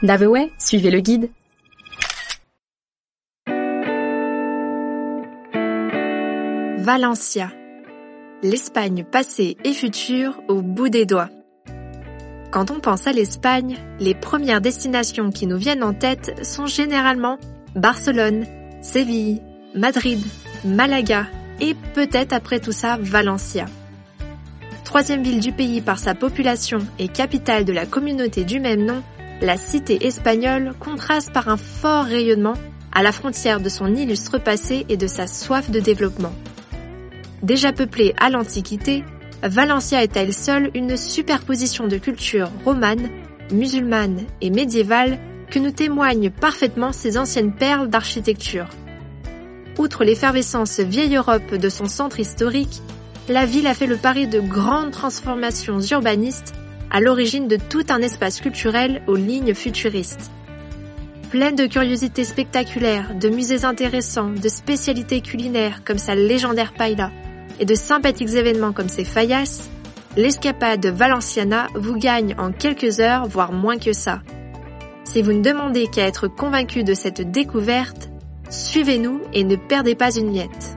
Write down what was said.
Daveway, suivez le guide. Valencia. L'Espagne passée et future au bout des doigts. Quand on pense à l'Espagne, les premières destinations qui nous viennent en tête sont généralement Barcelone, Séville, Madrid, Malaga et peut-être après tout ça Valencia. Troisième ville du pays par sa population et capitale de la communauté du même nom, la cité espagnole contraste par un fort rayonnement à la frontière de son illustre passé et de sa soif de développement. Déjà peuplée à l'Antiquité, Valencia est à elle seule une superposition de cultures romanes, musulmanes et médiévales que nous témoignent parfaitement ces anciennes perles d'architecture. Outre l'effervescence vieille Europe de son centre historique, la ville a fait le pari de grandes transformations urbanistes à l'origine de tout un espace culturel aux lignes futuristes. Pleine de curiosités spectaculaires, de musées intéressants, de spécialités culinaires comme sa légendaire paella et de sympathiques événements comme ses faïas, l'escapade valenciana vous gagne en quelques heures, voire moins que ça. Si vous ne demandez qu'à être convaincu de cette découverte, suivez-nous et ne perdez pas une miette.